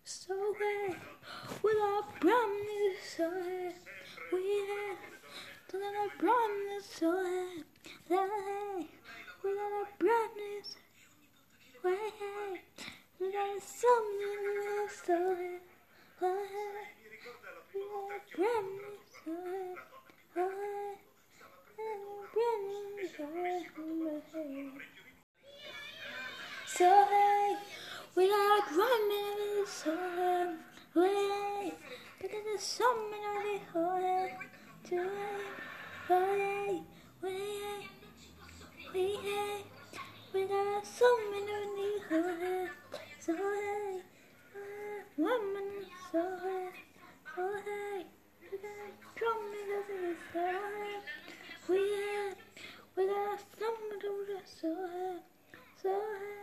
So hey, without promise, so hey, we had without a promise, so hey, without a promise, hey, without something, so hey, without a promise, so hey, so hey, without promise, so hey, wait, but there's something on the way, to hey, wait, without something on the way, so hey, woman, so hey, oh hey, without promise, so hey, without something on the so hey, so hey.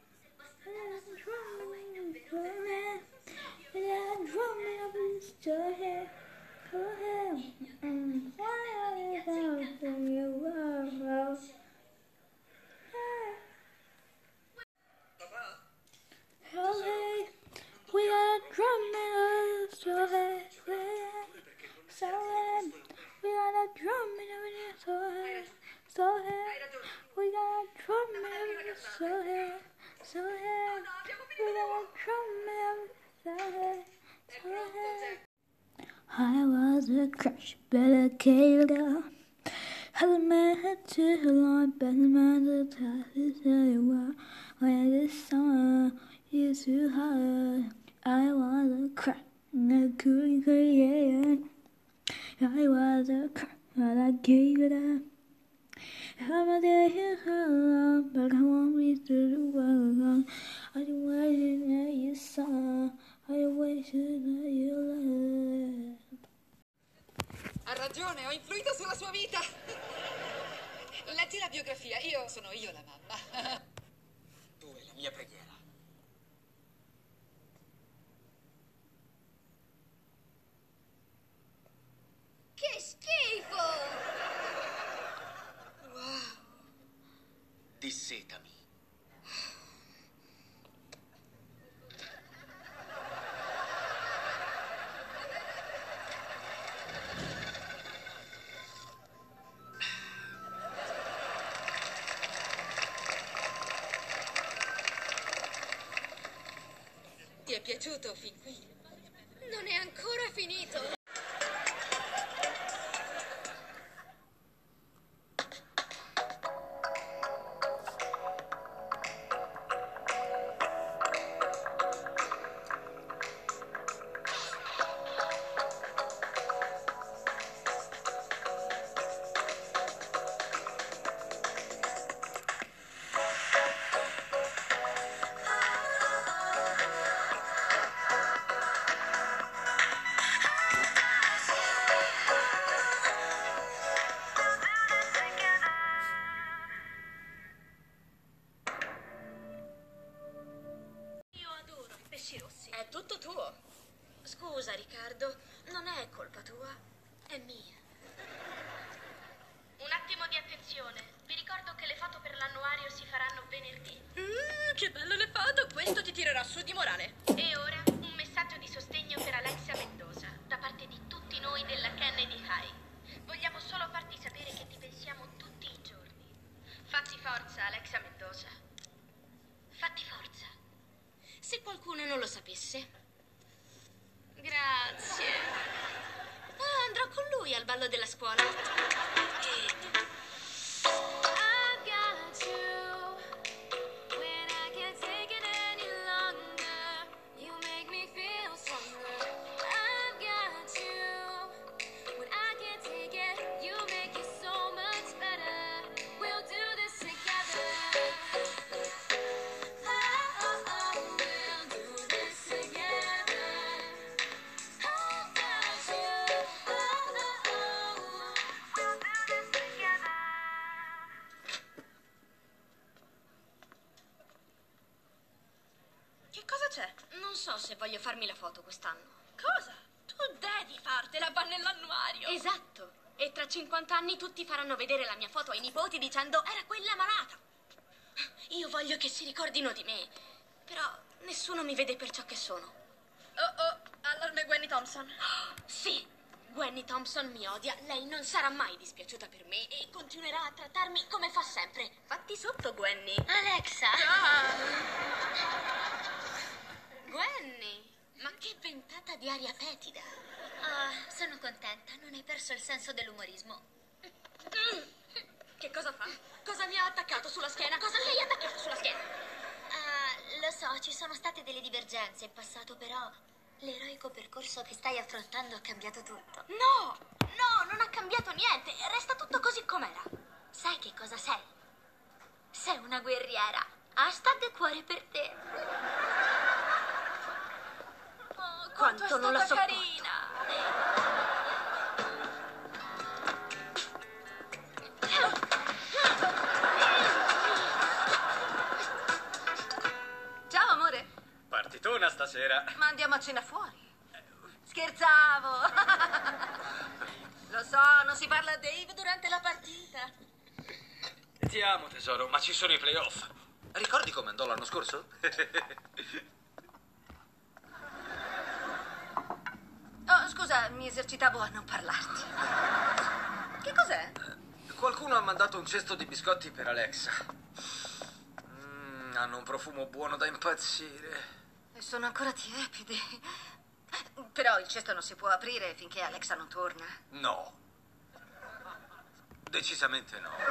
I was a crush, better killer. Had met too long, but the time to tell you what. When this summer is too hot, I was a crush, I couldn't create. I was a crush, but I gave it up. I'm a day but I want me to do well. I waited that you saw, I waited that you loved. Ha ragione, ho influito sulla sua vita. Letti la biografia, sono io la mamma. Tu e la mia preghiera. Che schifo! Wow. Dissetami. Ti è piaciuto fin qui? Non è ancora finito! È tutto tuo. Scusa, Riccardo, non è colpa tua, è mia. Un attimo di attenzione. Vi ricordo che le foto per l'annuario si faranno venerdì. Che belle le foto, questo ti tirerà su di morale. E ora un messaggio di sostegno per Alexia Mendoza da parte di tutti noi della Kennedy High. Vogliamo solo farti sapere che ti pensiamo tutti i giorni. Fatti forza, Alexia Mendoza. Fatti forza. Se qualcuno non lo sapesse. Grazie. Ah, andrò con lui al ballo della scuola. I've got you. When I can't take it any longer, you make me feel stronger. I've got you. When I can't take it, you make it so much better. We'll do this together. Che cosa c'è? Non so se voglio farmi la foto quest'anno. Cosa? Tu devi fartela, va nell'annuario. Esatto. E tra 50 anni tutti faranno vedere la mia foto ai nipoti dicendo era quella malata. Io voglio che si ricordino di me, però nessuno mi vede per ciò che sono. Oh, allarme Gwenny Thompson. Sì, Gwenny Thompson mi odia. Lei non sarà mai dispiaciuta per me e continuerà a trattarmi come fa sempre. Fatti sotto, Gwenny. Alexa! Ah. Gwenny, ma che ventata di aria fetida. Sono contenta, non hai perso il senso dell'umorismo. Che cosa fa? Cosa mi ha attaccato sulla schiena? Cosa mi hai attaccato sulla schiena? Lo so, ci sono state delle divergenze in passato, però l'eroico percorso che stai affrontando ha cambiato tutto. No, non ha cambiato niente. Resta tutto così com'era. Sai che cosa sei? Sei una guerriera. Hashtag cuore per te. Oh, Quanto non la sopporto. carina. Ciao, amore. Partitona stasera. Ma andiamo a cena fuori. Scherzavo. Lo so, non si parla a Dave durante la partita. Ti amo, tesoro, ma ci sono i playoff. Ricordi come andò l'anno scorso? Oh, scusa, mi esercitavo a non parlarti. Che cos'è? Qualcuno ha mandato un cesto di biscotti per Alexa. Hanno un profumo buono da impazzire. E sono ancora tiepidi. Però il cesto non si può aprire finché Alexa non torna. No. Decisamente no.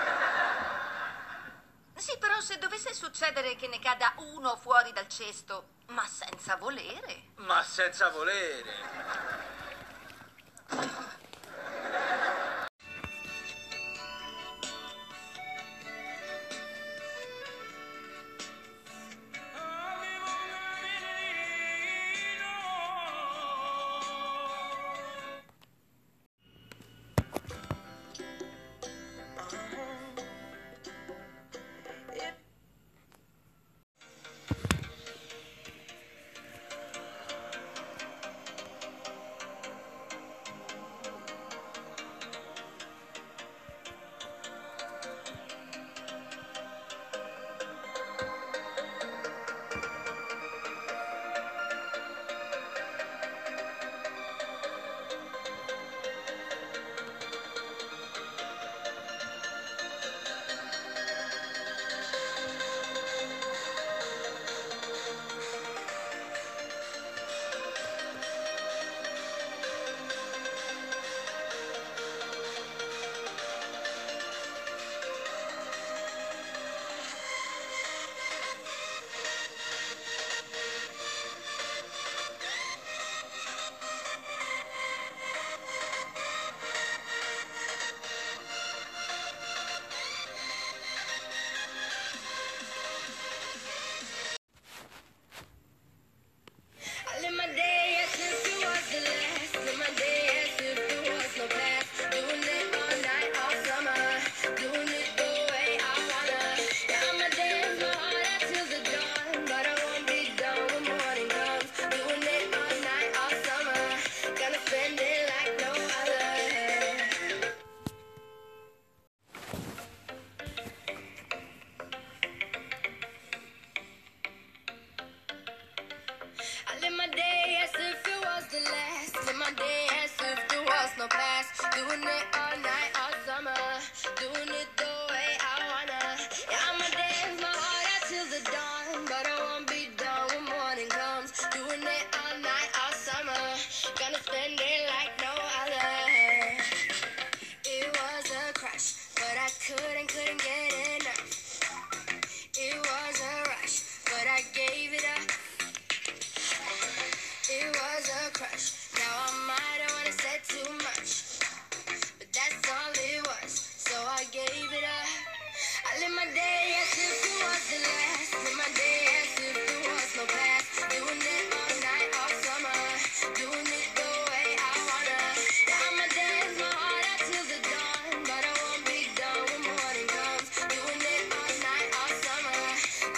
Sì, però se dovesse succedere che ne cada uno fuori dal cesto, ma senza volere. Ma senza volere.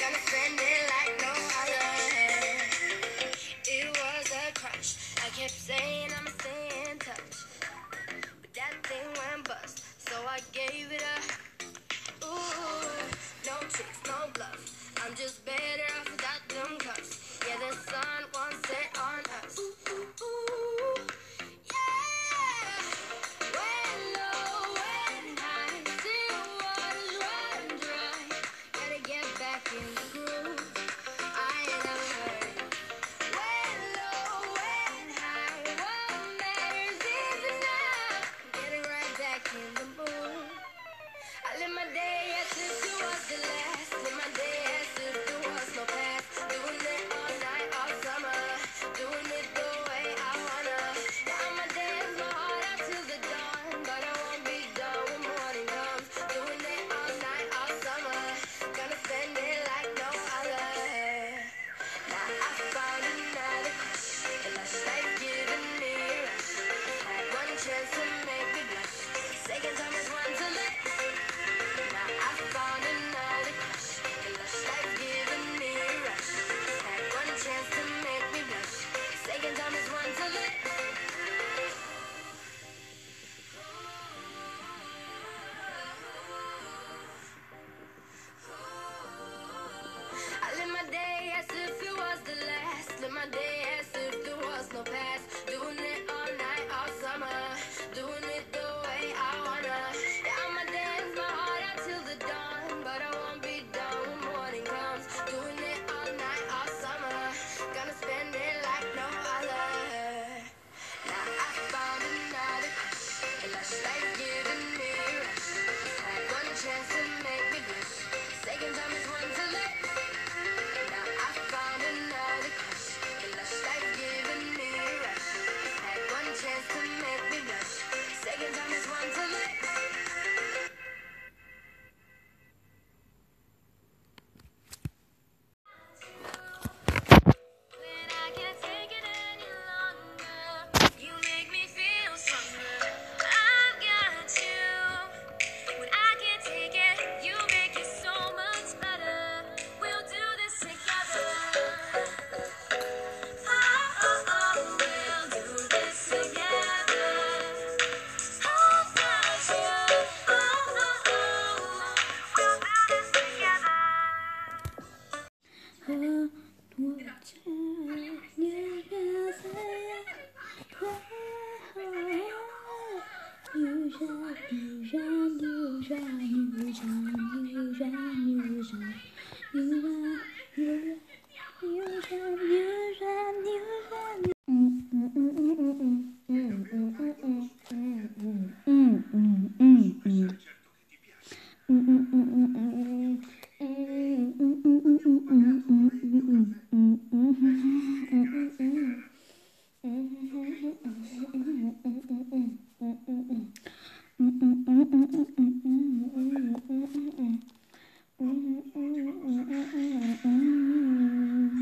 Kept saying